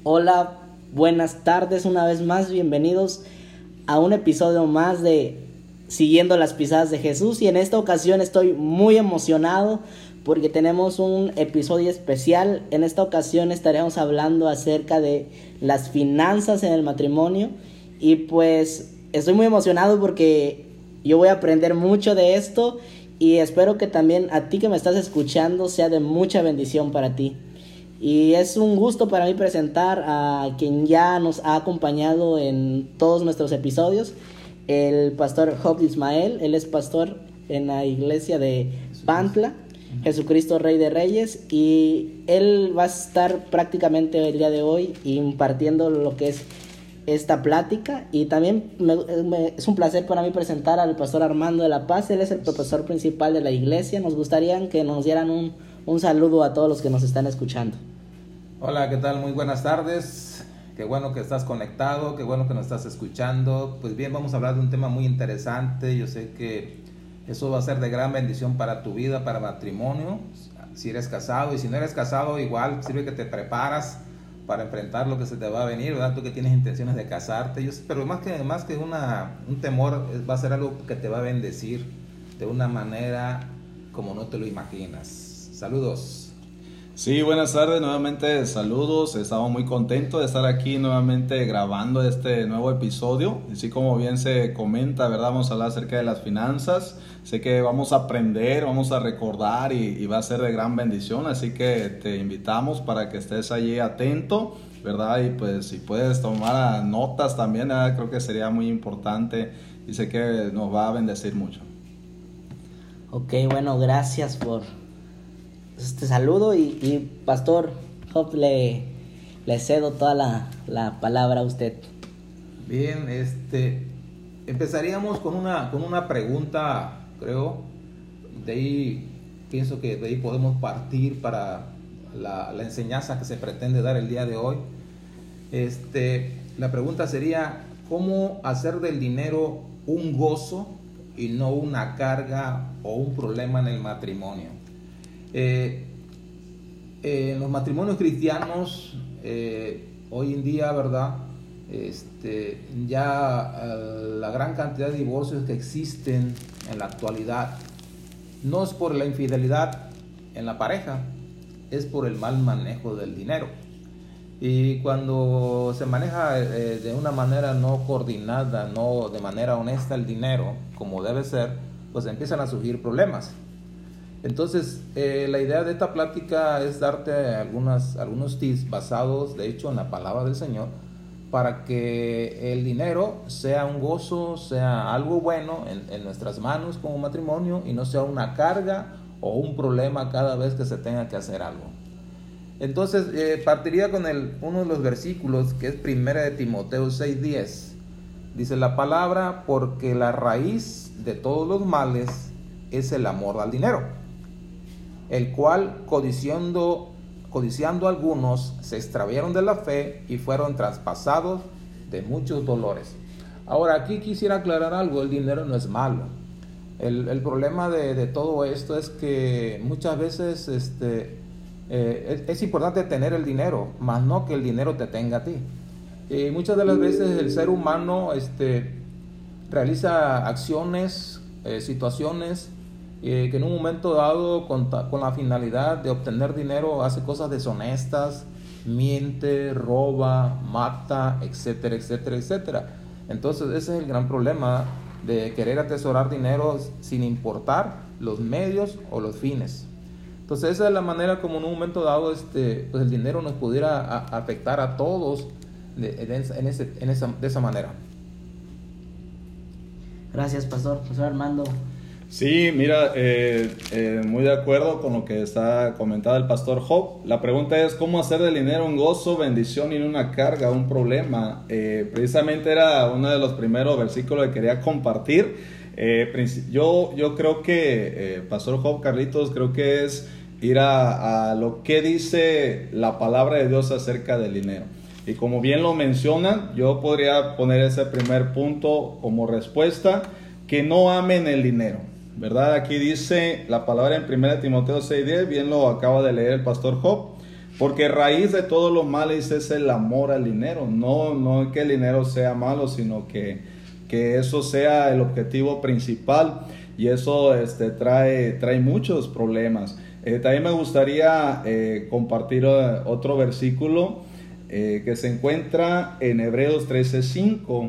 Hola, buenas tardes una vez más, bienvenidos a un episodio más de Siguiendo las Pisadas de Jesús. Y en esta ocasión estoy muy emocionado porque tenemos un episodio especial. En esta ocasión estaremos hablando acerca de las finanzas en el matrimonio. Y pues estoy muy emocionado porque yo voy a aprender mucho de esto. Y espero que también a ti que me estás escuchando sea de mucha bendición para ti. Y es un gusto para mí presentar a quien ya nos ha acompañado en todos nuestros episodios, el pastor Job Ismael. Él es pastor en la iglesia de Pantla, Jesucristo Rey de Reyes, y él va a estar prácticamente el día de hoy impartiendo lo que es esta plática. Y también es un placer para mí presentar al pastor Armando de la Paz. Él es el profesor principal de la iglesia. Nos gustaría que nos dieran un saludo a todos los que nos están escuchando. Hola, ¿qué tal? Muy buenas tardes. Qué bueno que estás conectado, qué bueno que nos estás escuchando. Pues bien, vamos a hablar de un tema muy interesante. Yo sé que eso va a ser de gran bendición para tu vida, para matrimonio, si eres casado. Y si no eres casado, igual sirve que te preparas para enfrentar lo que se te va a venir, ¿verdad? Tú que tienes intenciones de casarte. Pero más que un temor, va a ser algo que te va a bendecir de una manera como no te lo imaginas. Saludos. Sí, buenas tardes, nuevamente saludos. Estamos muy contentos de estar aquí nuevamente grabando este nuevo episodio. Así como bien se comenta, ¿verdad? Vamos a hablar acerca de las finanzas. Sé que vamos a aprender, vamos a recordar y va a ser de gran bendición. Así que te invitamos para que estés allí atento, ¿verdad? Y pues si puedes tomar notas también, ¿verdad? Creo que sería muy importante y sé que nos va a bendecir mucho. Ok, bueno, gracias por este saludo y pastor Job, le cedo toda la palabra a usted. Bien, empezaríamos con una pregunta, creo. De ahí pienso que de ahí podemos partir para la enseñanza que se pretende dar el día de hoy. La pregunta sería: ¿cómo hacer del dinero un gozo y no una carga o un problema en el matrimonio? En los matrimonios cristianos hoy en día, ¿verdad? La gran cantidad de divorcios que existen en la actualidad no es por la infidelidad en la pareja, es por el mal manejo del dinero. Y cuando se maneja de una manera no coordinada, no de manera honesta el dinero como debe ser, pues empiezan a surgir problemas. Entonces, la idea de esta plática es darte algunos tips basados, de hecho, en la palabra del Señor, para que el dinero sea un gozo, sea algo bueno en nuestras manos como matrimonio y no sea una carga o un problema cada vez que se tenga que hacer algo. Entonces, partiría con uno de los versículos, que es 1 de Timoteo 6:10. Dice la palabra: porque la raíz de todos los males es el amor al dinero, el cual codiciando algunos se extraviaron de la fe y fueron traspasados de muchos dolores. Ahora, aquí quisiera aclarar algo: el dinero no es malo. El problema de todo esto es que muchas veces es importante tener el dinero, más no que el dinero te tenga a ti. Muchas de las veces el ser humano realiza acciones, situaciones que en un momento dado, con la finalidad de obtener dinero, hace cosas deshonestas, miente, roba, mata, etcétera, etcétera, etcétera. Entonces ese es el gran problema de querer atesorar dinero sin importar los medios o los fines. Entonces esa es la manera como en un momento dado pues el dinero nos pudiera afectar a todos de esa manera. Gracias, pastor Armando. Sí, mira, muy de acuerdo con lo que está comentando el pastor Job. La pregunta es: ¿cómo hacer del dinero un gozo, bendición y no una carga, un problema? Precisamente era uno de los primeros versículos que quería compartir. Yo creo que, pastor Job, Carlitos, creo que es ir a lo que dice la palabra de Dios acerca del dinero. Y como bien lo mencionan, yo podría poner ese primer punto como respuesta: que no amen el dinero, ¿verdad? Aquí dice la palabra en 1 Timoteo 6:10, bien lo acaba de leer el pastor Job. Porque raíz de todos los males es el amor al dinero. No que el dinero sea malo, sino que eso sea el objetivo principal. Y eso trae muchos problemas. También me gustaría compartir otro versículo que se encuentra en Hebreos 13:5.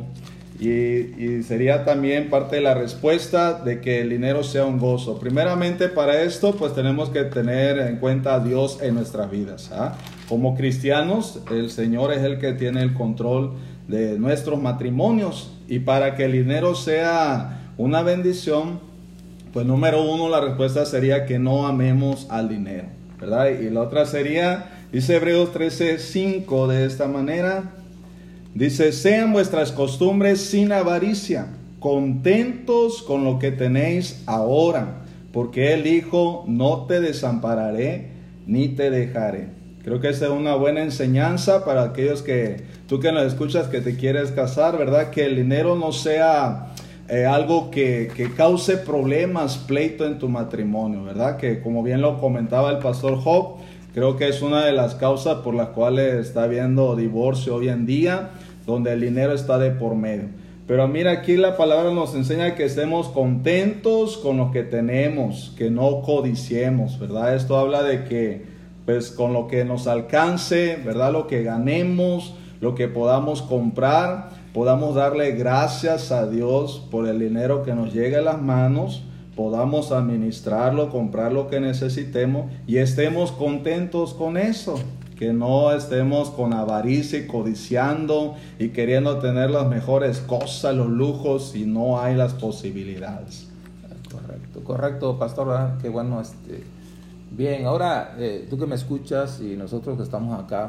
Y sería también parte de la respuesta de que el dinero sea un gozo. Primeramente, para esto pues tenemos que tener en cuenta a Dios en nuestras vidas, ¿ah? Como cristianos, el Señor es el que tiene el control de nuestros matrimonios, y para que el dinero sea una bendición, pues número uno, la respuesta sería que no amemos al dinero, ¿verdad? Y la otra sería, dice Hebreos 13:5 de esta manera. Dice: sean vuestras costumbres sin avaricia, contentos con lo que tenéis ahora, porque Él dijo: no te desampararé ni te dejaré. Creo que esa es una buena enseñanza para aquellos tú que nos escuchas, que te quieres casar, ¿verdad? Que el dinero no sea algo que cause problemas, pleito en tu matrimonio, ¿verdad? Que como bien lo comentaba el pastor Job, creo que es una de las causas por las cuales está habiendo divorcio hoy en día, donde el dinero está de por medio. Pero mira, aquí la palabra nos enseña que estemos contentos con lo que tenemos, que no codiciemos, ¿verdad? Esto habla de que, pues, con lo que nos alcance, ¿verdad? Lo que ganemos, lo que podamos comprar, podamos darle gracias a Dios por el dinero que nos llegue a las manos, podamos administrarlo, comprar lo que necesitemos y estemos contentos con eso. Que no estemos con avaricia y codiciando y queriendo tener las mejores cosas, los lujos, si no hay las posibilidades. Correcto, pastor, ¿verdad? Qué bueno. Bien, ahora tú que me escuchas y nosotros que estamos acá,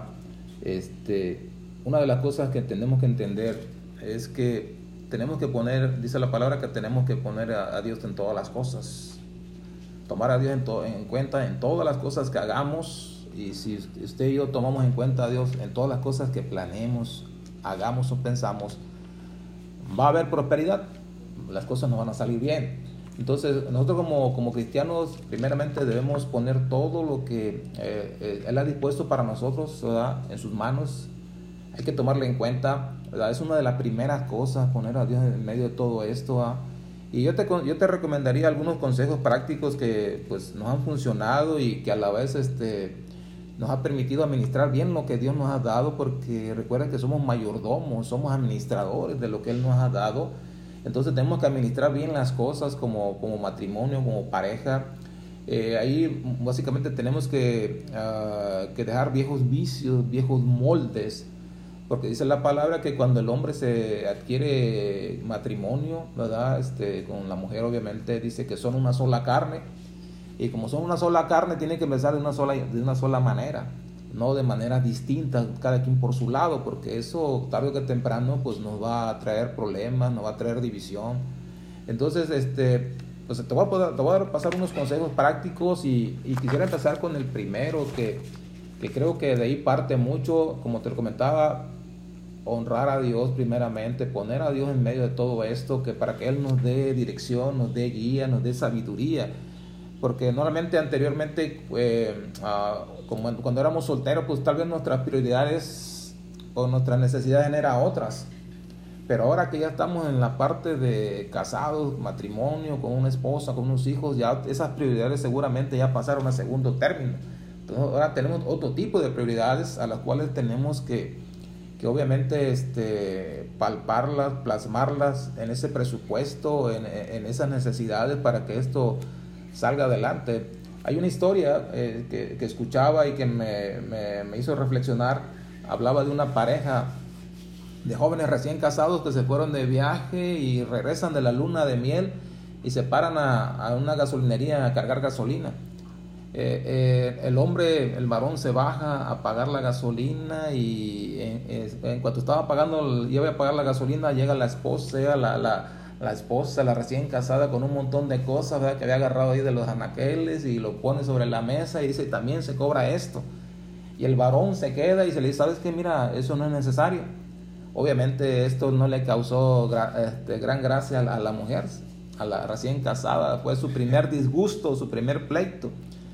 una de las cosas que tenemos que entender es que tenemos que poner, dice la palabra, que tenemos que poner a Dios en todas las cosas, tomar a Dios en cuenta en todas las cosas que hagamos. Y si usted y yo tomamos en cuenta a Dios en todas las cosas que planeemos, hagamos o pensamos, va a haber prosperidad, las cosas nos van a salir bien. Entonces nosotros como cristianos primeramente debemos poner todo lo que Él ha dispuesto para nosotros, ¿verdad?, en sus manos. Hay que tomarle en cuenta, ¿verdad? Es una de las primeras cosas, poner a Dios en medio de todo esto, ¿verdad? Y yo te recomendaría algunos consejos prácticos que pues nos han funcionado y que a la vez nos ha permitido administrar bien lo que Dios nos ha dado, porque recuerden que somos mayordomos, somos administradores de lo que Él nos ha dado. Entonces tenemos que administrar bien las cosas como matrimonio, como pareja. Ahí básicamente tenemos que dejar viejos vicios, viejos moldes, porque dice la palabra que cuando el hombre se adquiere matrimonio, ¿verdad?, con la mujer, obviamente dice que son una sola carne. Y como son una sola carne, tienen que pensar de una sola manera, no de maneras distintas, cada quien por su lado, porque eso tarde o que temprano pues nos va a traer problemas, nos va a traer división. Entonces, pues te voy a pasar unos consejos prácticos y quisiera empezar con el primero, que creo que de ahí parte mucho, como te comentaba, honrar a Dios primeramente, poner a Dios en medio de todo esto, que para que Él nos dé dirección, nos dé guía, nos dé sabiduría. Porque normalmente anteriormente, como cuando éramos solteros, pues tal vez nuestras prioridades o nuestras necesidades eran otras. Pero ahora que ya estamos en la parte de casados, matrimonio, con una esposa, con unos hijos, ya esas prioridades seguramente ya pasaron a segundo término. Entonces ahora tenemos otro tipo de prioridades a las cuales tenemos que obviamente palparlas, plasmarlas en ese presupuesto, en esas necesidades para que esto salga adelante. Hay una historia que escuchaba y que me hizo reflexionar. Hablaba de una pareja de jóvenes recién casados que se fueron de viaje y regresan de la luna de miel y se paran a una gasolinería a cargar gasolina. El varón se baja a pagar la gasolina y en cuanto iba a pagar la gasolina, llega la esposa, la esposa, la recién casada, con un montón de cosas, ¿verdad?, que había agarrado ahí de los anaqueles, y lo pone sobre la mesa y dice: también se cobra esto. Y el varón se queda y se le dice: ¿sabes qué? Mira, eso no es necesario. Obviamente esto no le causó gran gracia a la mujer, a la recién casada. Fue su primer disgusto, su primer pleito.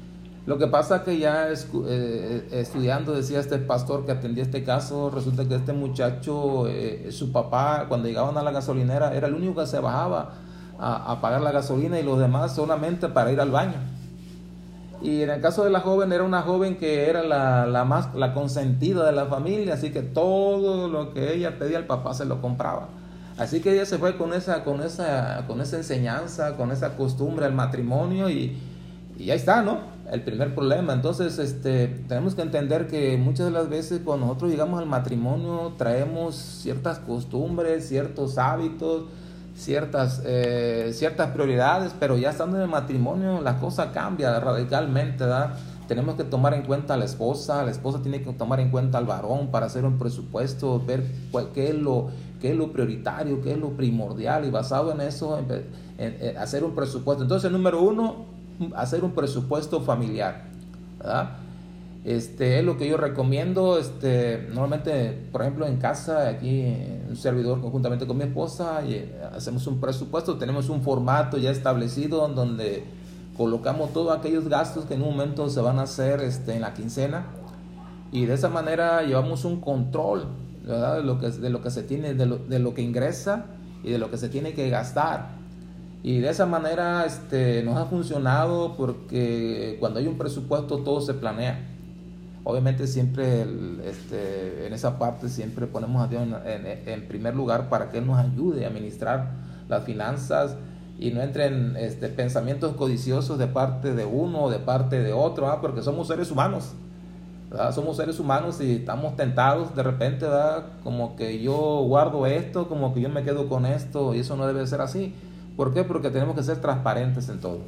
Lo que pasa que ya estudiando, decía este pastor que atendía este caso, resulta que este muchacho, su papá, cuando llegaban a la gasolinera, era el único que se bajaba a pagar la gasolina y los demás solamente para ir al baño. Y en el caso de la joven, era una joven que era la consentida de la familia, así que todo lo que ella pedía el papá se lo compraba. Así que ella se fue con esa enseñanza, con esa costumbre al matrimonio y ahí está, ¿no? El primer problema. Entonces, tenemos que entender que muchas de las veces cuando nosotros llegamos al matrimonio traemos ciertas costumbres, ciertos hábitos, ciertas prioridades, pero ya estando en el matrimonio la cosa cambia radicalmente, ¿verdad? Tenemos que tomar en cuenta a la esposa tiene que tomar en cuenta al varón para hacer un presupuesto, ver qué es lo prioritario, qué es lo primordial, y basado en eso en hacer un presupuesto. Entonces, número 1, hacer un presupuesto familiar, ¿verdad? Es lo que yo recomiendo. Normalmente, por ejemplo, en casa, aquí un servidor conjuntamente con mi esposa, hacemos un presupuesto, tenemos un formato ya establecido en donde colocamos todos aquellos gastos que en un momento se van a hacer en la quincena, y de esa manera llevamos un control, ¿verdad? de lo que se tiene, de lo que ingresa y de lo que se tiene que gastar. Y de esa manera nos ha funcionado, porque cuando hay un presupuesto todo se planea. Obviamente siempre en esa parte siempre ponemos a Dios en primer lugar para que Él nos ayude a administrar las finanzas y no entren pensamientos codiciosos de parte de uno o de parte de otro, porque somos seres humanos, ¿verdad? Somos seres humanos y estamos tentados de repente, ¿verdad? Como que yo guardo esto, como que yo me quedo con esto, y eso no debe ser así. ¿Por qué? Porque tenemos que ser transparentes en todo.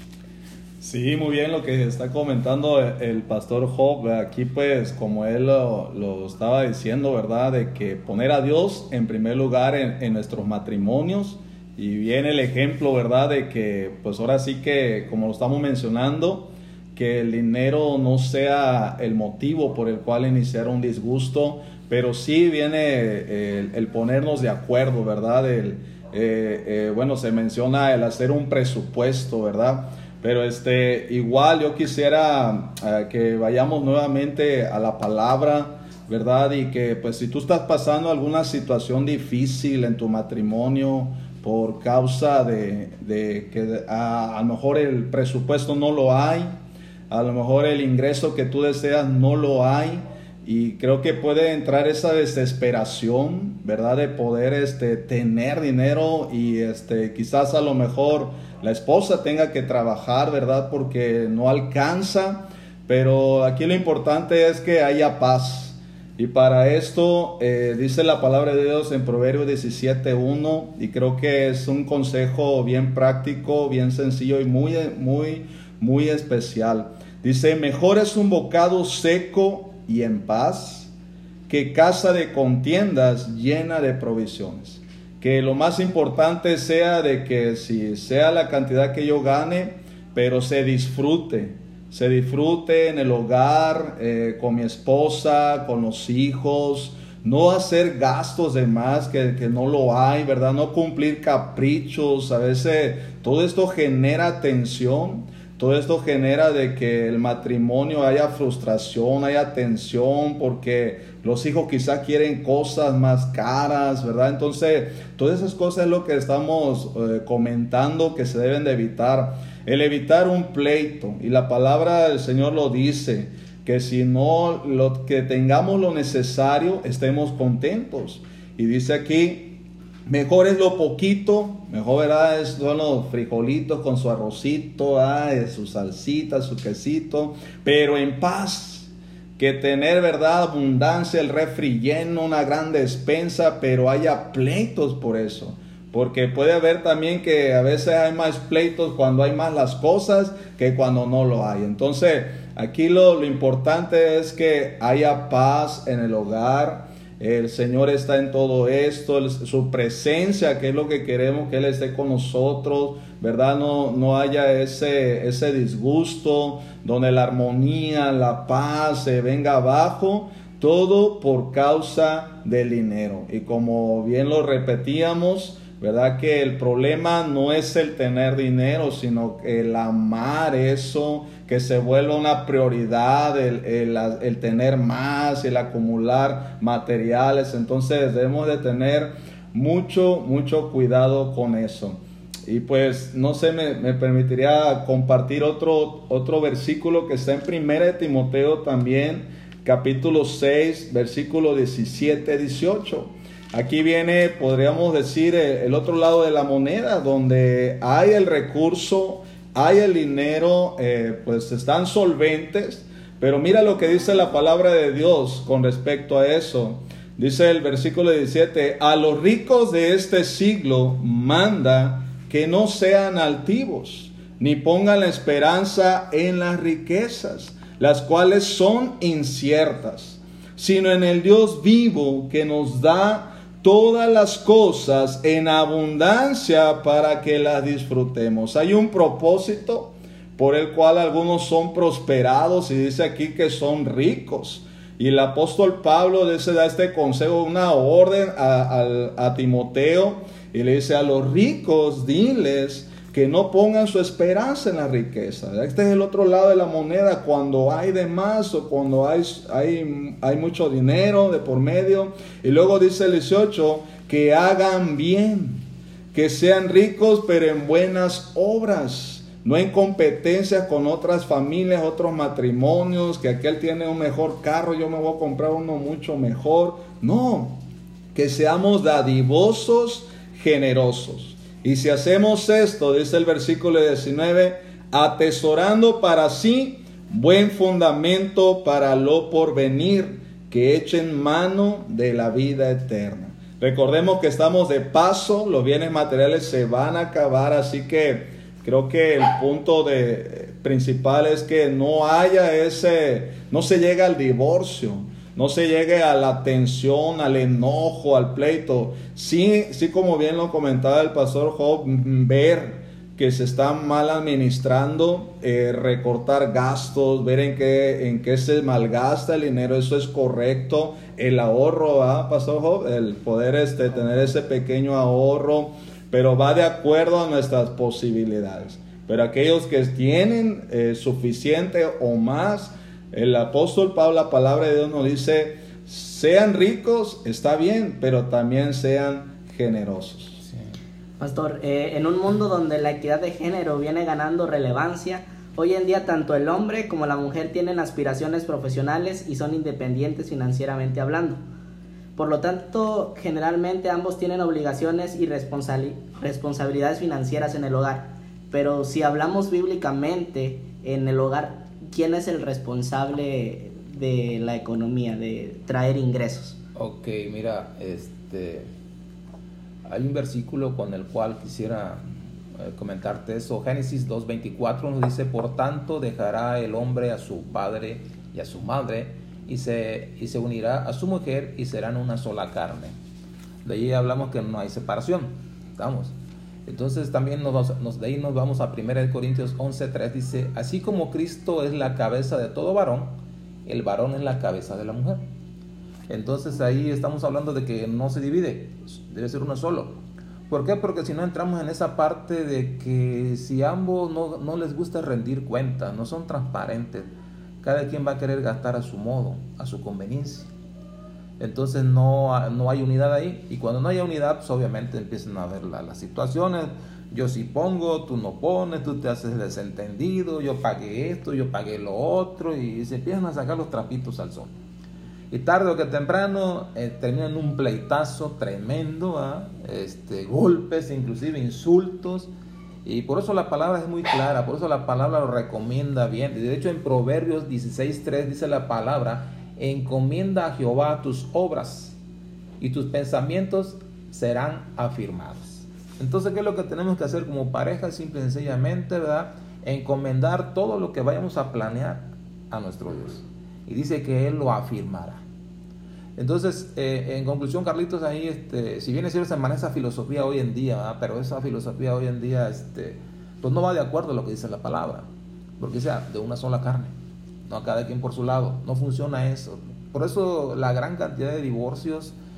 Sí, muy bien lo que está comentando el pastor Job. Aquí pues, como él lo estaba diciendo, ¿verdad? De que poner a Dios en primer lugar en nuestros matrimonios. Y viene el ejemplo, ¿verdad? De que pues ahora sí que, como lo estamos mencionando, que el dinero no sea el motivo por el cual iniciar un disgusto, pero sí viene el ponernos de acuerdo, ¿verdad? Bueno, se menciona el hacer un presupuesto, ¿verdad? Pero igual yo quisiera que vayamos nuevamente a la palabra, ¿verdad? Y que pues si tú estás pasando alguna situación difícil en tu matrimonio por causa de que a lo mejor el presupuesto no lo hay, a lo mejor el ingreso que tú deseas no lo hay, y creo que puede entrar esa desesperación, ¿verdad? De poder tener dinero, y quizás a lo mejor la esposa tenga que trabajar, ¿verdad? Porque no alcanza, pero aquí lo importante es que haya paz. Y para esto dice la palabra de Dios en Proverbios 17:1, y creo que es un consejo bien práctico, bien sencillo y muy, muy, muy especial. Dice: mejor es un bocado seco y en paz que casa de contiendas llena de provisiones. Que lo más importante sea de que si sea la cantidad que yo gane, pero se disfrute en el hogar, con mi esposa, con los hijos, no hacer gastos de más que no lo hay, ¿verdad? No cumplir caprichos. A veces todo esto genera tensión. Todo esto genera de que el matrimonio haya frustración, haya tensión, porque los hijos quizás quieren cosas más caras, ¿verdad? Entonces, todas esas cosas es lo que estamos comentando que se deben de evitar. El evitar un pleito, y la palabra del Señor lo dice, que si no que tengamos lo necesario, estemos contentos. Y dice aquí: mejor es lo poquito, mejor, ¿verdad? Son los frijolitos con su arrocito, su salsita, su quesito, pero en paz, que tener, ¿verdad? Abundancia, el refri lleno, una gran despensa, pero haya pleitos por eso. Porque puede haber también que a veces hay más pleitos cuando hay más las cosas que cuando no lo hay. Entonces, aquí lo importante es que haya paz en el hogar. El Señor está en todo esto, su presencia, que es lo que queremos, que Él esté con nosotros, ¿verdad? No haya ese disgusto, donde la armonía, la paz se venga abajo, todo por causa del dinero. Y como bien lo repetíamos, ¿verdad? Que el problema no es el tener dinero, sino el amar eso, que se vuelva una prioridad, el tener más, el acumular materiales. Entonces debemos de tener mucho cuidado con eso. Y pues no sé, me permitiría compartir otro versículo que está en 1 Timoteo también, capítulo 6, versículo 17-18. Aquí viene, podríamos decir, el otro lado de la moneda, donde hay el recurso, hay el dinero, pues están solventes. Pero mira lo que dice la palabra de Dios con respecto a eso. Dice el versículo 17, a los ricos de este siglo manda que no sean altivos, ni pongan la esperanza en las riquezas, las cuales son inciertas, sino en el Dios vivo que nos da todas las cosas en abundancia para que las disfrutemos. Hay un propósito por el cual algunos son prosperados y dice aquí que son ricos. Y el apóstol Pablo da este consejo, una orden a Timoteo, y le dice a los ricos, diles que no pongan su esperanza en la riqueza. Este es el otro lado de la moneda, cuando hay de más o cuando hay mucho dinero de por medio. Y luego dice el 18, que hagan bien, que sean ricos pero en buenas obras, no en competencias con otras familias, otros matrimonios, que aquel tiene un mejor carro, yo me voy a comprar uno mucho mejor. No, que seamos dadivosos, generosos. Y si hacemos esto, dice el versículo 19, atesorando para sí buen fundamento para lo porvenir, que echen mano de la vida eterna. Recordemos que estamos de paso, los bienes materiales se van a acabar, así que creo que el punto principal es que no se llegue al divorcio, no se llegue a la tensión, al enojo, al pleito. Sí, como bien lo comentaba el pastor Job, ver que se está mal administrando, recortar gastos, ver en qué se malgasta el dinero, eso es correcto. El ahorro, pastor Job, el poder tener ese pequeño ahorro, pero va de acuerdo a nuestras posibilidades. Pero aquellos que tienen suficiente o más, el apóstol Pablo, la palabra de Dios nos dice, sean ricos, está bien, pero también sean generosos. Sí. Pastor, en un mundo donde la equidad de género viene ganando relevancia, hoy en día tanto el hombre como la mujer tienen aspiraciones profesionales y son independientes financieramente hablando. Por lo tanto, generalmente ambos tienen obligaciones y responsabilidades financieras en el hogar. Pero si hablamos bíblicamente en el hogar, ¿quién es el responsable de la economía, de traer ingresos? Ok, mira, hay un versículo con el cual quisiera comentarte eso. Génesis 2:24 nos dice, por tanto dejará el hombre a su padre y a su madre y se unirá a su mujer y serán una sola carne. De ahí hablamos que no hay separación, ¿estamos? Entonces también de ahí nos vamos a 1 Corintios 11:3, dice, así como Cristo es la cabeza de todo varón, el varón es la cabeza de la mujer. Entonces ahí estamos hablando de que no se divide, debe ser uno solo. ¿Por qué? Porque si no entramos en esa parte de que si ambos no les gusta rendir cuentas, no son transparentes, cada quien va a querer gastar a su modo, a su conveniencia. Entonces no hay unidad ahí, y cuando no hay unidad, pues obviamente empiezan a ver las situaciones. Yo sí pongo, tú no pones, tú te haces desentendido, yo pagué esto, yo pagué lo otro, y se empiezan a sacar los trapitos al sol. Y tarde o que temprano terminan un pleitazo tremendo, golpes, inclusive insultos. Y por eso la palabra es muy clara, por eso la palabra lo recomienda bien. De hecho, en Proverbios 16:3 dice la palabra, encomienda a Jehová tus obras y tus pensamientos serán afirmados. Entonces, ¿qué es lo que tenemos que hacer como pareja? Simple y sencillamente, ¿verdad? Encomendar todo lo que vayamos a planear a nuestro Dios. Y dice que Él lo afirmará. Entonces, en conclusión, Carlitos, ahí, si bien es cierto, se maneja esa filosofía hoy en día, ¿verdad? Pero esa filosofía hoy en día, pues no va de acuerdo a lo que dice la palabra. Porque dice, de una sola carne. No, cada quien por su lado. No funciona eso. Por eso la gran cantidad de divorcios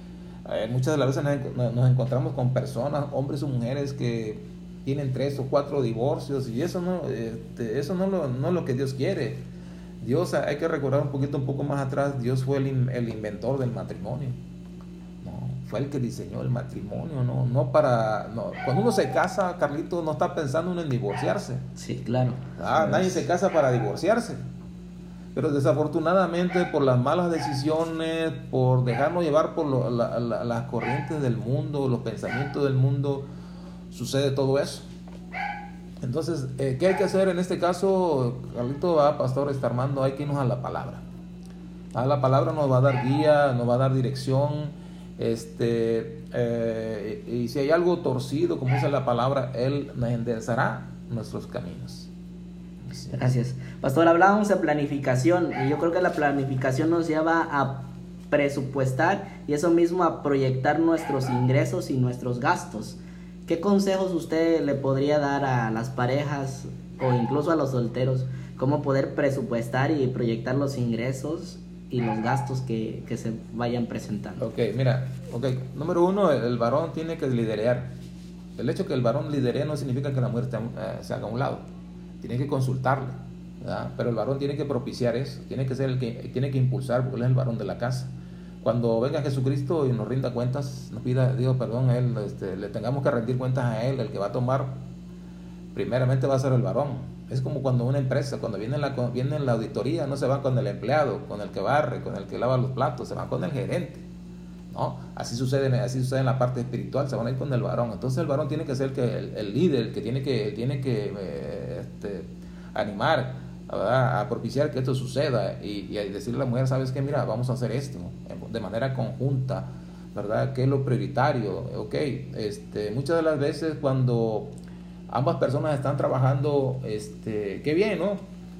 Muchas de las veces nos encontramos con personas, hombres o mujeres, que tienen 3 o 4 divorcios, y eso no es lo que Dios quiere. Dios, hay que recordar un poco más atrás, Dios fue el inventor del matrimonio. Fue el que diseñó el matrimonio, cuando uno se casa, Carlito, no está pensando uno en divorciarse. Sí, claro. Nadie se casa para divorciarse. Pero desafortunadamente, por las malas decisiones, por dejarnos llevar por las corrientes del mundo, los pensamientos del mundo, sucede todo eso. Entonces, ¿qué hay que hacer en este caso, Carlito? Pastor Armando, hay que irnos a la palabra. La palabra nos va a dar guía, nos va a dar dirección. Y si hay algo torcido, como dice la palabra, Él nos enderezará nuestros caminos. Sí. Gracias. Pastor, hablábamos de planificación, y yo creo que la planificación nos lleva a presupuestar, y eso mismo a proyectar nuestros ingresos y nuestros gastos. ¿Qué consejos usted le podría dar a las parejas o incluso a los solteros? ¿Cómo poder presupuestar y proyectar los ingresos y los gastos que se vayan presentando? Número 1, el varón tiene que liderear. El hecho que el varón lidere no significa que la mujer se haga a un lado. Tiene que consultarle, ¿verdad? Pero el varón tiene que propiciar eso, tiene que ser el que tiene que impulsar, porque él es el varón de la casa. Cuando venga Jesucristo y nos rinda cuentas, nos pida Dios perdón a Él, le tengamos que rendir cuentas a Él, el que va a tomar primeramente va a ser el varón. Es como cuando una empresa, cuando viene la auditoría, no se van con el empleado, con el que barre, con el que lava los platos, se van con el gerente, ¿no? Así sucede en la parte espiritual, se van a ir con el varón. Entonces el varón tiene que ser el líder, el que tiene que animar, ¿verdad?, a propiciar que esto suceda, y a decirle a la mujer, ¿sabes qué? Mira, vamos a hacer esto de manera conjunta, ¿verdad? ¿Qué es lo prioritario? Muchas de las veces cuando ambas personas están trabajando, qué bien, ¿no?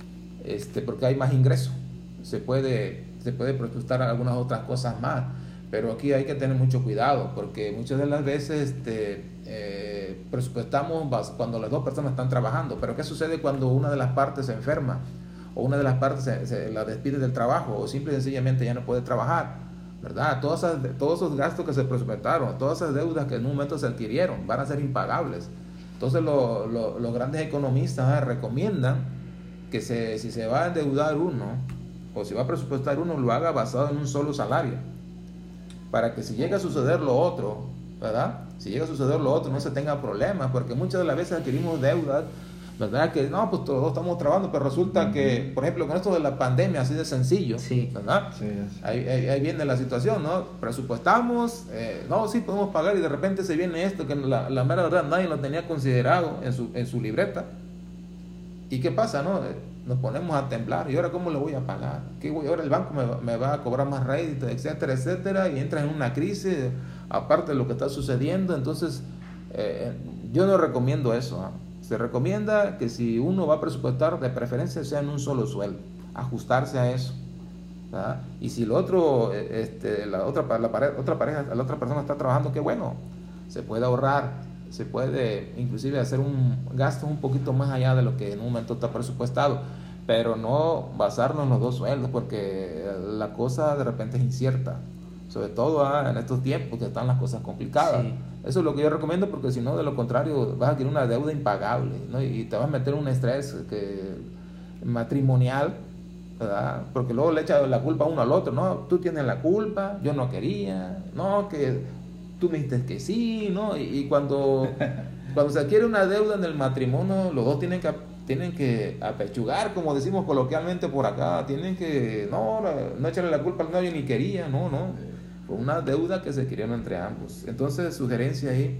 Porque hay más ingresos, se puede presupuestar algunas otras cosas más, pero aquí hay que tener mucho cuidado, porque muchas de las veces presupuestamos cuando las dos personas están trabajando. Pero ¿qué sucede cuando una de las partes se enferma, o una de las partes se la despide del trabajo, o simple y sencillamente ya no puede trabajar, ¿verdad? Todos esos gastos que se presupuestaron, todas esas deudas que en un momento se adquirieron, van a ser impagables. Entonces los grandes economistas recomiendan que si se va a endeudar uno, o si va a presupuestar uno, lo haga basado en un solo salario, para que si llega a suceder lo otro, ¿verdad? Si llega a suceder lo otro, no se tenga problemas, porque muchas de las veces adquirimos deudas, ¿verdad? Que no, pues todos estamos trabajando, pero resulta que, por ejemplo, con esto de la pandemia, así de sencillo, sí, ¿verdad? Sí. Ahí viene la situación, ¿no? Presupuestamos, no, sí podemos pagar, y de repente se viene esto que la mera verdad nadie lo tenía considerado en su libreta. ¿Y qué pasa, no? Nos ponemos a temblar, ¿y ahora cómo lo voy a pagar? Ahora el banco me va a cobrar más rédito, etcétera, etcétera, y entras en una crisis, aparte de lo que está sucediendo. Entonces, yo no recomiendo eso, ¿eh? Se recomienda que si uno va a presupuestar, de preferencia sea en un solo sueldo, ajustarse a eso, ¿verdad? Y si la otra persona está trabajando, qué bueno, se puede ahorrar, se puede inclusive hacer un gasto un poquito más allá de lo que en un momento está presupuestado, pero no basarnos en los dos sueldos, porque la cosa de repente es incierta, sobre todo en estos tiempos que están las cosas complicadas. Sí. Eso es lo que yo recomiendo, porque si no, de lo contrario, vas a adquirir una deuda impagable, ¿no? Y te vas a meter en un estrés matrimonial, ¿verdad? Porque luego le echa la culpa uno al otro, ¿no? Tú tienes la culpa, yo no quería, no, que tú me dijiste que sí, ¿no? Y cuando se adquiere una deuda en el matrimonio, los dos tienen que apechugar, como decimos coloquialmente por acá, tienen que no echarle la culpa al novio, ni quería, no, fue una deuda que se adquirieron entre ambos. Entonces, sugerencia ahí,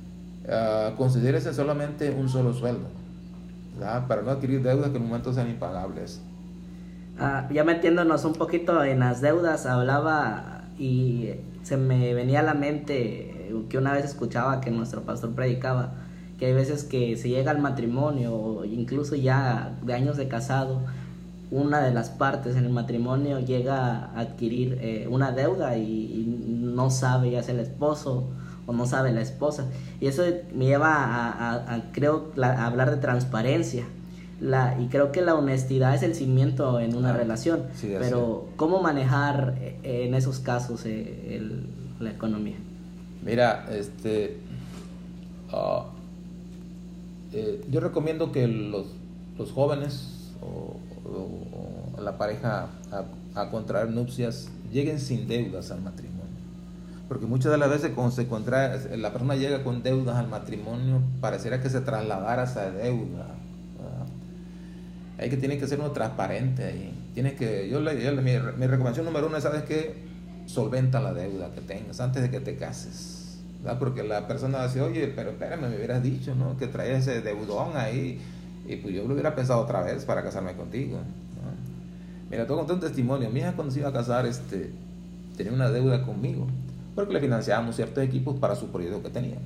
considérese solamente un solo sueldo, ¿verdad? Para no adquirir deudas que en un momento sean impagables. Ya metiéndonos un poquito en las deudas, hablaba y se me venía a la mente que una vez escuchaba que nuestro pastor predicaba que hay veces que se llega al matrimonio, o incluso ya de años de casado, una de las partes en el matrimonio llega a adquirir una deuda y no sabe, ya sea el esposo o no sabe la esposa, y eso me lleva creo, a hablar de transparencia. Y creo que la honestidad es el cimiento en una relación, sí, pero ¿cómo manejar en esos casos la economía? Mira, yo recomiendo que los jóvenes o la pareja a contraer nupcias lleguen sin deudas al matrimonio. Porque muchas de las veces cuando la persona llega con deudas al matrimonio, pareciera que se trasladara esa deuda, ¿verdad? Hay que tiene que ser uno transparente ahí. Mi recomendación número 1 es, ¿sabes qué? Solventa la deuda que tengas antes de que te cases, ¿verdad? Porque la persona va a decir, oye, pero espérame, me hubieras dicho, ¿no? Que traías ese deudón ahí, y pues yo lo hubiera pensado otra vez para casarme contigo, ¿no? Mira, te voy a contar un testimonio. Mi hija, cuando se iba a casar, tenía una deuda conmigo, porque le financiábamos ciertos equipos para su proyecto que tenía.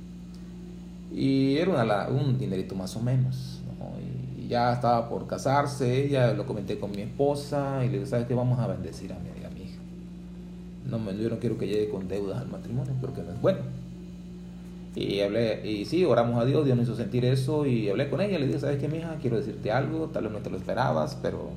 Y era un dinerito más o menos, ¿no? Y ya estaba por casarse ella, lo comenté con mi esposa, y le dije, ¿sabes qué? Vamos a bendecir a mi hija. Yo no quiero que llegue con deudas al matrimonio, porque no es bueno. Y sí, oramos a Dios nos hizo sentir eso, y hablé con ella, le dije, ¿sabes qué, mija? Quiero decirte algo, tal vez no te lo esperabas, pero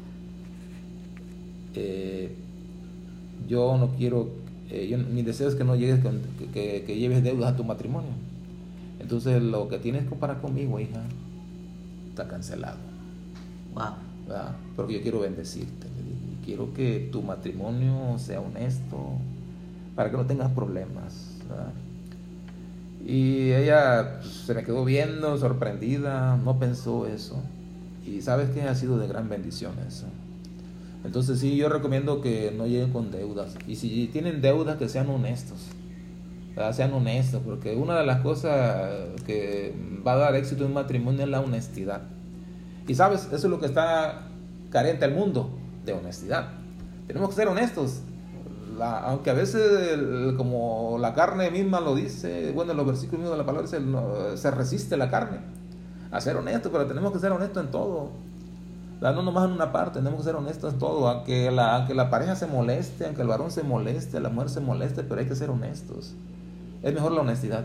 yo no quiero, mi deseo es que no llegues que lleves deudas a tu matrimonio. Entonces lo que tienes que pagar conmigo, hija, está cancelado. Wow. ¿Verdad? Porque yo quiero bendecirte, y quiero que tu matrimonio sea honesto para que no tengas problemas, ¿verdad? Y ella se me quedó viendo, sorprendida, no pensó eso, y sabes que ha sido de gran bendición eso. Entonces sí, yo recomiendo que no lleguen con deudas, y si tienen deudas, que sean honestos, ¿verdad? Sean honestos, porque una de las cosas que va a dar éxito en un matrimonio es la honestidad. Y sabes, eso es lo que está carente al mundo, de honestidad. Tenemos que ser honestos, aunque a veces como la carne misma lo dice, bueno, en los versículos mismos de la palabra se resiste la carne a ser honesto, pero tenemos que ser honestos en todo, no nomás en una parte, tenemos que ser honestos en todo, aunque la pareja se moleste, aunque el varón se moleste, la mujer se moleste, pero hay que ser honestos. Es mejor la honestidad.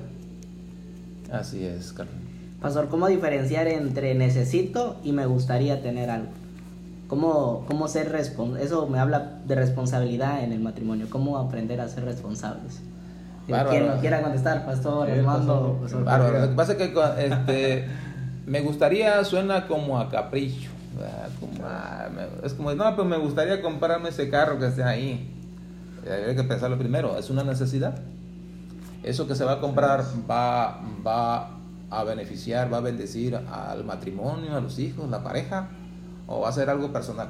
Así es, Carmen. Pastor, ¿cómo diferenciar entre necesito y me gustaría tener algo? ¿Cómo ser responsable? Eso me habla de responsabilidad en el matrimonio. ¿Cómo aprender a ser responsables? Quien no quiera contestar, pastor, Armando. Lo que pasa es que me gustaría suena como a capricho. Es como, no, pues me gustaría comprarme ese carro que esté ahí. Hay que pensarlo primero. ¿Es una necesidad? Eso que se va a comprar va a beneficiar, va a bendecir al matrimonio, a los hijos, la pareja, o va a ser algo personal.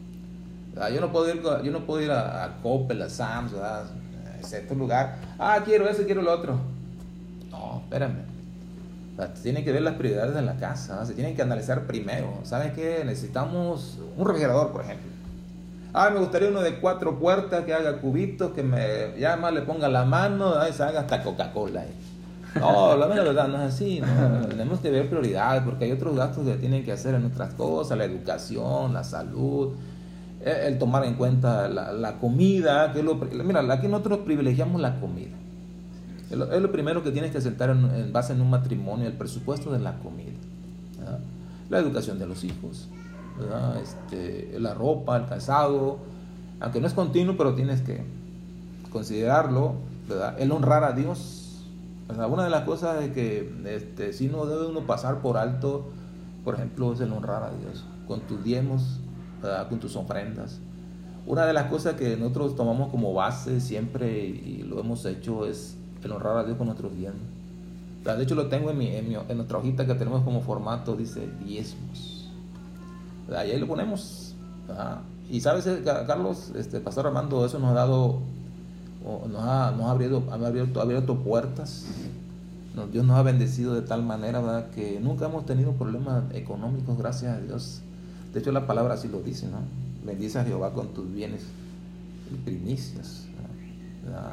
Yo no puedo ir a Coppel, a Sam's, a cierto lugar. Quiero eso, quiero lo otro. No, espérame. Tienen que ver las prioridades de la casa, se tienen que analizar primero. ¿Saben qué? Necesitamos un refrigerador, por ejemplo. Me gustaría uno de 4 puertas que haga cubitos, que ya más le ponga la mano, y se haga hasta Coca-Cola. No, la verdad no es así, ¿no? Tenemos que ver prioridades, porque hay otros gastos que tienen que hacer en otras cosas, la educación, la salud, el tomar en cuenta la comida, mira, aquí nosotros privilegiamos la comida. Es lo primero que tienes que sentar en base en un matrimonio, el presupuesto de la comida, ¿verdad? La educación de los hijos, ¿verdad? La ropa, el calzado, aunque no es continuo, pero tienes que considerarlo, ¿verdad? El honrar a Dios. O sea, una de las cosas de que si no debe uno pasar por alto, por ejemplo, es el honrar a Dios con tus diezmos, ¿verdad? Con tus ofrendas. Una de las cosas que nosotros tomamos como base siempre y lo hemos hecho es el honrar a Dios con nuestros diezmos. De hecho, lo tengo en nuestra hojita que tenemos como formato, dice diezmos, ¿verdad? Y ahí lo ponemos, ¿verdad? Y sabes, Carlos, Pastor Armando, eso nos ha dado, nos ha abierto puertas. Dios nos ha bendecido de tal manera, ¿verdad?, que nunca hemos tenido problemas económicos, gracias a Dios. De hecho, la palabra así lo dice, ¿no? Bendice a Jehová con tus bienes y primicias, ¿verdad?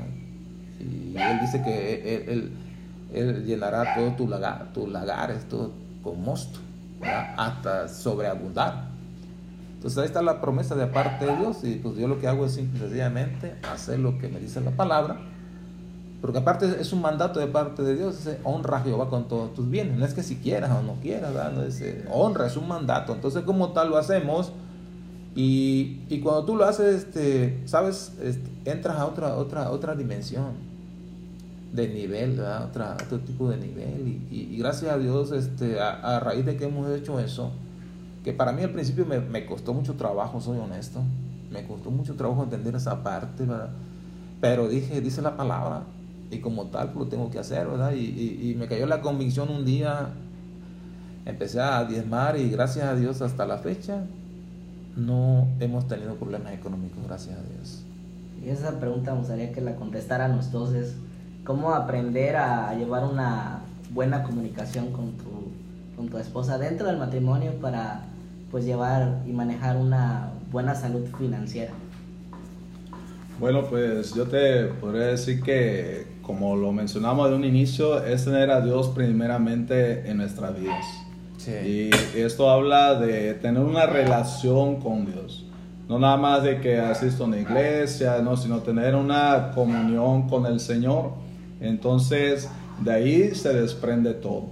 Y Él dice que Él llenará todos tus lagares, todo con mosto, ¿verdad?, hasta sobreabundar. Entonces ahí está la promesa de parte de Dios, y pues yo lo que hago es simple y sencillamente hacer lo que me dice la palabra, porque aparte es un mandato de parte de Dios. Dice, honra a Jehová con todos tus bienes. No es que si quieras o no quieras, ¿verdad? No dice, honra, es un mandato. Entonces, como tal lo hacemos, Y cuando tú lo haces, sabes, entras a otra dimensión de nivel, ¿verdad? Otro tipo de nivel. Y gracias a Dios, a raíz de que hemos hecho eso, que para mí al principio me costó mucho trabajo, soy honesto, me costó mucho trabajo entender esa parte, ¿verdad? Pero dice la palabra, y como tal, pues lo tengo que hacer, ¿verdad? Y me cayó la convicción un día, empecé a diezmar, y gracias a Dios hasta la fecha no hemos tenido problemas económicos, gracias a Dios. Y esa pregunta me gustaría que la contestaran los dos, es ¿cómo aprender a llevar una buena comunicación con tu esposa dentro del matrimonio para pues llevar y manejar una buena salud financiera? Bueno, pues yo te podría decir que, como lo mencionamos de un inicio, es tener a Dios primeramente en nuestras vidas. Sí. Y esto habla de tener una relación con Dios. No nada más de que asisto a una iglesia, no, sino tener una comunión con el Señor. Entonces, de ahí se desprende todo.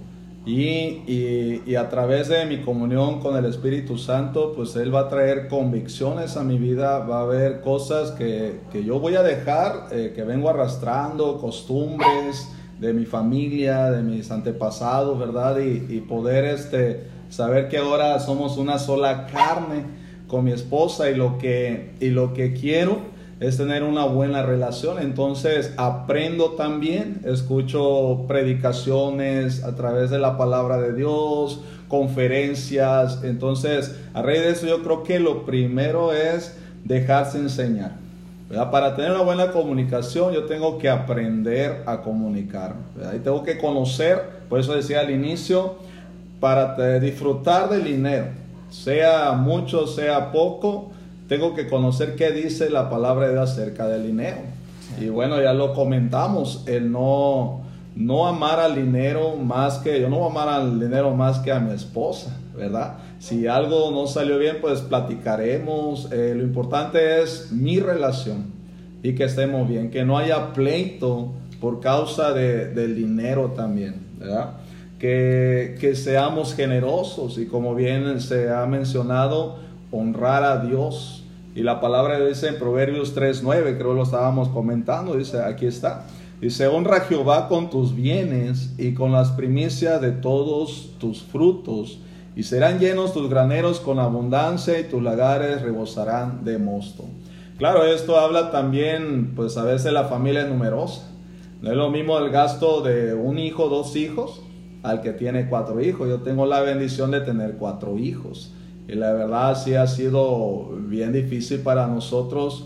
Y a través de mi comunión con el Espíritu Santo, pues Él va a traer convicciones a mi vida, va a haber cosas que yo voy a dejar, que vengo arrastrando, costumbres de mi familia, de mis antepasados, ¿verdad? Y poder saber que ahora somos una sola carne con mi esposa, y lo que quiero es tener una buena relación. Entonces aprendo también, escucho predicaciones a través de la palabra de Dios, conferencias. Entonces, a raíz de eso, yo creo que lo primero es dejarse enseñar, ¿verdad? Para tener una buena comunicación, yo tengo que aprender a comunicar, ¿verdad? Y tengo que conocer, por eso decía al inicio, para disfrutar del dinero, sea mucho, sea poco, tengo que conocer qué dice la palabra de Dios acerca del dinero. Y bueno, ya lo comentamos, el no amar al dinero más que, yo no voy a amar al dinero más que a mi esposa, ¿verdad? Si algo no salió bien, pues platicaremos. Lo importante es mi relación y que estemos bien, que no haya pleito por causa del dinero también, ¿verdad? Que seamos generosos, y como bien se ha mencionado, honrar a Dios. Y la palabra dice en Proverbios 3:9, creo lo estábamos comentando, dice, aquí está, dice: honra a Jehová con tus bienes y con las primicias de todos tus frutos, y serán llenos tus graneros con abundancia, y tus lagares rebosarán de mosto. Claro, esto habla también, pues a veces la familia es numerosa. No es lo mismo el gasto de un hijo, 2 hijos, al que tiene 4 hijos. Yo tengo la bendición de tener 4 hijos. Y la verdad sí ha sido bien difícil para nosotros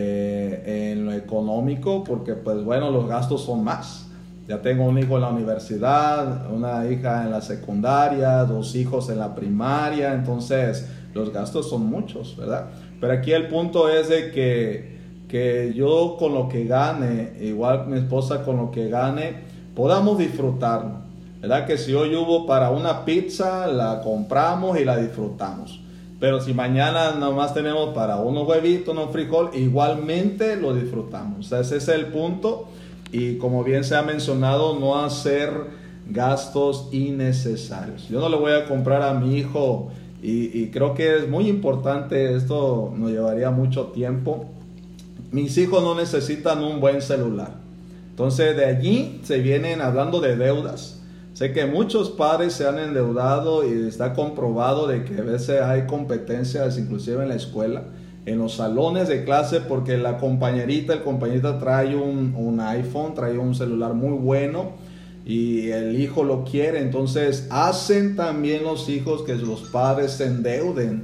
en lo económico, porque pues bueno, los gastos son más. Ya tengo un hijo en la universidad, una hija en la secundaria, 2 hijos en la primaria, entonces los gastos son muchos, ¿verdad? Pero aquí el punto es de que yo con lo que gane, igual mi esposa con lo que gane, podamos disfrutarlo. ¿Verdad? Que si hoy hubo para una pizza, la compramos y la disfrutamos. Pero si mañana nomás tenemos para unos huevitos, unos frijoles, igualmente lo disfrutamos. O sea, ese es el punto. Y como bien se ha mencionado, no hacer gastos innecesarios. Yo no le voy a comprar a mi hijo, y creo que es muy importante, esto nos llevaría mucho tiempo. Mis hijos no necesitan un buen celular. Entonces de allí se vienen hablando de deudas. Sé que muchos padres se han endeudado, y está comprobado de que a veces hay competencias inclusive en la escuela, en los salones de clase, porque el compañerito trae un iPhone, trae un celular muy bueno y el hijo lo quiere. Entonces hacen también los hijos que los padres se endeuden,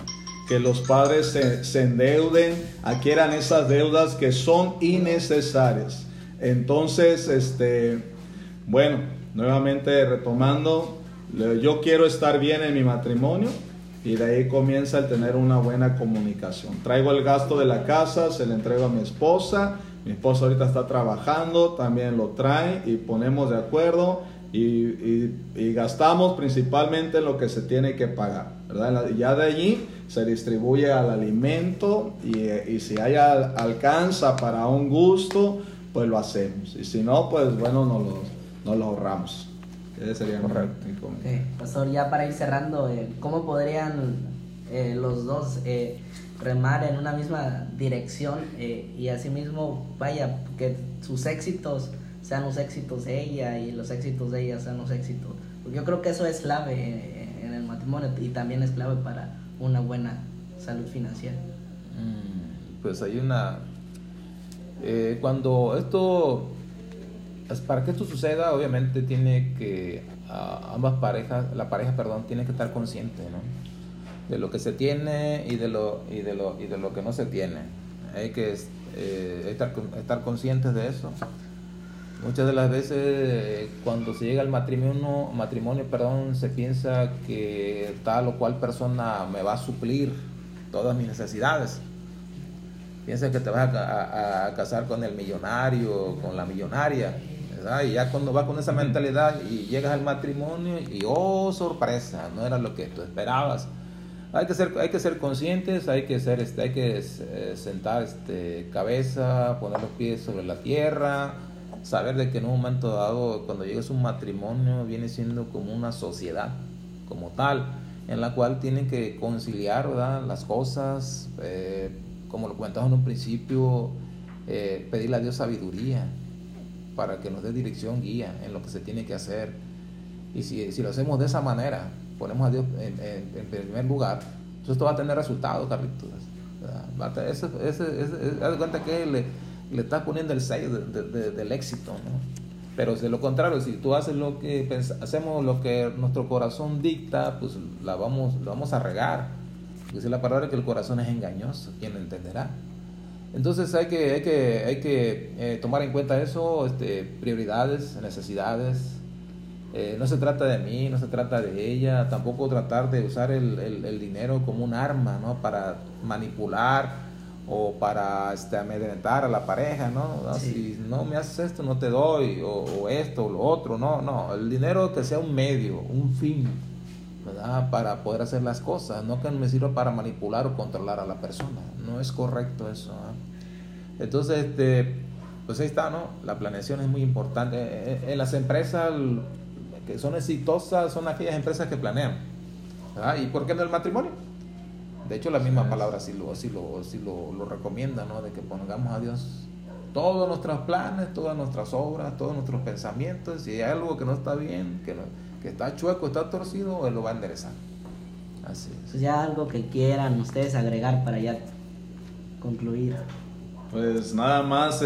adquieran esas deudas que son innecesarias. Entonces, bueno, nuevamente retomando, yo quiero estar bien en mi matrimonio, y de ahí comienza el tener una buena comunicación. Traigo el gasto de la casa, se le entrego a mi esposa ahorita está trabajando, también lo trae, y ponemos de acuerdo, y gastamos principalmente lo que se tiene que pagar, ¿verdad? Y ya de allí se distribuye al alimento, y si alcanza para un gusto, pues lo hacemos, y si no, pues bueno, no lo ahorramos. Ese sería correcto. mi comentario. Pastor, ya para ir cerrando, ¿cómo podrían los dos remar en una misma dirección, y asimismo, vaya, que sus éxitos sean los éxitos de ella y los éxitos de ella sean los éxitos. Porque yo creo que eso es clave en el matrimonio, y también es clave para una buena salud financiera. Pues hay una... cuando esto... Para que esto suceda, obviamente tiene que... la pareja, tiene que estar consciente, ¿no?, de lo que se tiene y de lo que no se tiene. Hay que estar conscientes de eso. Muchas de las veces cuando se llega al matrimonio, se piensa que tal o cual persona me va a suplir todas mis necesidades. Piensa que te vas a casar con el millonario, con la millonaria, ¿verdad? Y ya cuando vas con esa mentalidad y llegas al matrimonio y ¡oh, sorpresa! No era lo que tú esperabas. Hay que ser conscientes, hay que sentar cabeza, poner los pies sobre la tierra, saber de que en un momento dado, cuando llegues a un matrimonio, viene siendo como una sociedad, como tal, en la cual tienen que conciliar, ¿verdad?, las cosas, como lo comentamos en un principio, pedirle a Dios sabiduría para que nos dé dirección, guía en lo que se tiene que hacer. Y si lo hacemos de esa manera, ponemos a Dios en primer lugar, entonces esto va a tener resultados, Carlitos. Haz de cuenta que le estás poniendo el sello del éxito, ¿no? Pero de lo contrario, si tú haces hacemos lo que nuestro corazón dicta, pues lo vamos a regar. Dice la palabra que el corazón es engañoso, ¿quién lo entenderá? Entonces hay que tomar en cuenta eso, prioridades, necesidades. No se trata de mí, no se trata de ella, tampoco tratar de usar el dinero como un arma, ¿no?, para manipular o para amedrentar a la pareja, ¿no? Sí. Si no me haces esto, no te doy, o esto o lo otro. No, el dinero que sea un medio, un fin, ¿verdad?, para poder hacer las cosas, no que me sirva para manipular o controlar a la persona. No es correcto eso, ¿eh? Entonces, pues ahí está, ¿no? La planeación es muy importante. En las empresas que son exitosas son aquellas empresas que planean, ¿verdad? ¿Y por qué no el matrimonio? De hecho, la misma palabra sí lo recomienda, ¿no?, de que pongamos a Dios todos nuestros planes, todas nuestras obras, todos nuestros pensamientos. Si hay algo que no está bien, que está chueco, está torcido, Él lo va a enderezar. Así es. Pues ya algo que quieran ustedes agregar para ya concluir. Pues nada más,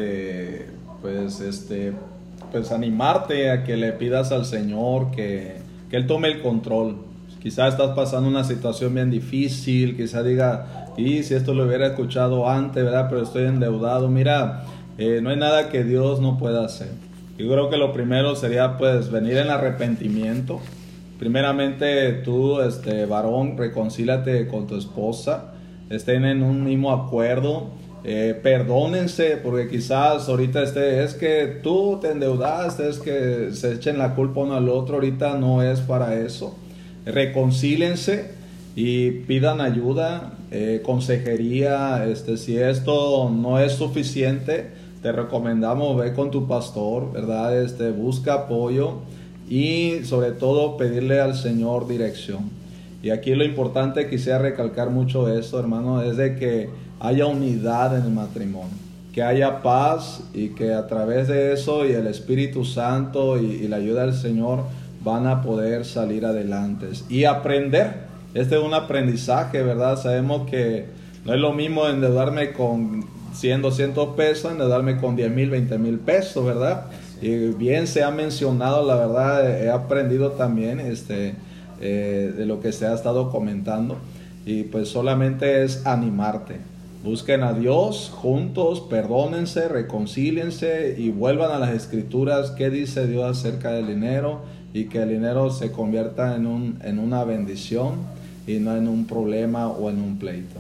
pues animarte a que le pidas al Señor que Él tome el control. Quizás estás pasando una situación bien difícil, quizás diga, y si esto lo hubiera escuchado antes, ¿verdad?, pero estoy endeudado. Mira, no hay nada que Dios no pueda hacer. Yo creo que lo primero sería pues venir en arrepentimiento. Primeramente tú, varón, reconcíliate con tu esposa, estén en un mismo acuerdo, perdónense, porque quizás ahorita es que tú te endeudaste, es que se echen la culpa uno al otro. Ahorita no es para eso. Reconcílense y pidan ayuda, consejería. Si esto no es suficiente, te recomendamos ve con tu pastor, ¿verdad? Busca apoyo y sobre todo pedirle al Señor dirección. Y aquí lo importante, quisiera recalcar mucho esto, hermano, es de que haya unidad en el matrimonio, que haya paz, y que a través de eso y el Espíritu Santo y la ayuda del Señor van a poder salir adelante y aprender. Este es un aprendizaje, ¿verdad? Sabemos que no es lo mismo endeudarme con 100, 200 pesos, endeudarme con 10,000, 20,000 pesos, ¿verdad? Y bien se ha mencionado, la verdad, he aprendido también de lo que se ha estado comentando, y pues solamente es animarte. Busquen a Dios juntos, perdónense, reconcíliense y vuelvan a las Escrituras. ¿Qué dice Dios acerca del dinero? Y que el dinero se convierta en una bendición y no en un problema o en un pleito.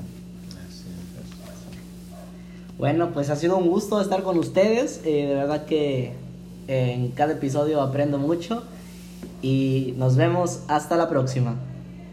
Bueno, pues ha sido un gusto estar con ustedes. De verdad que en cada episodio aprendo mucho. Y nos vemos hasta la próxima.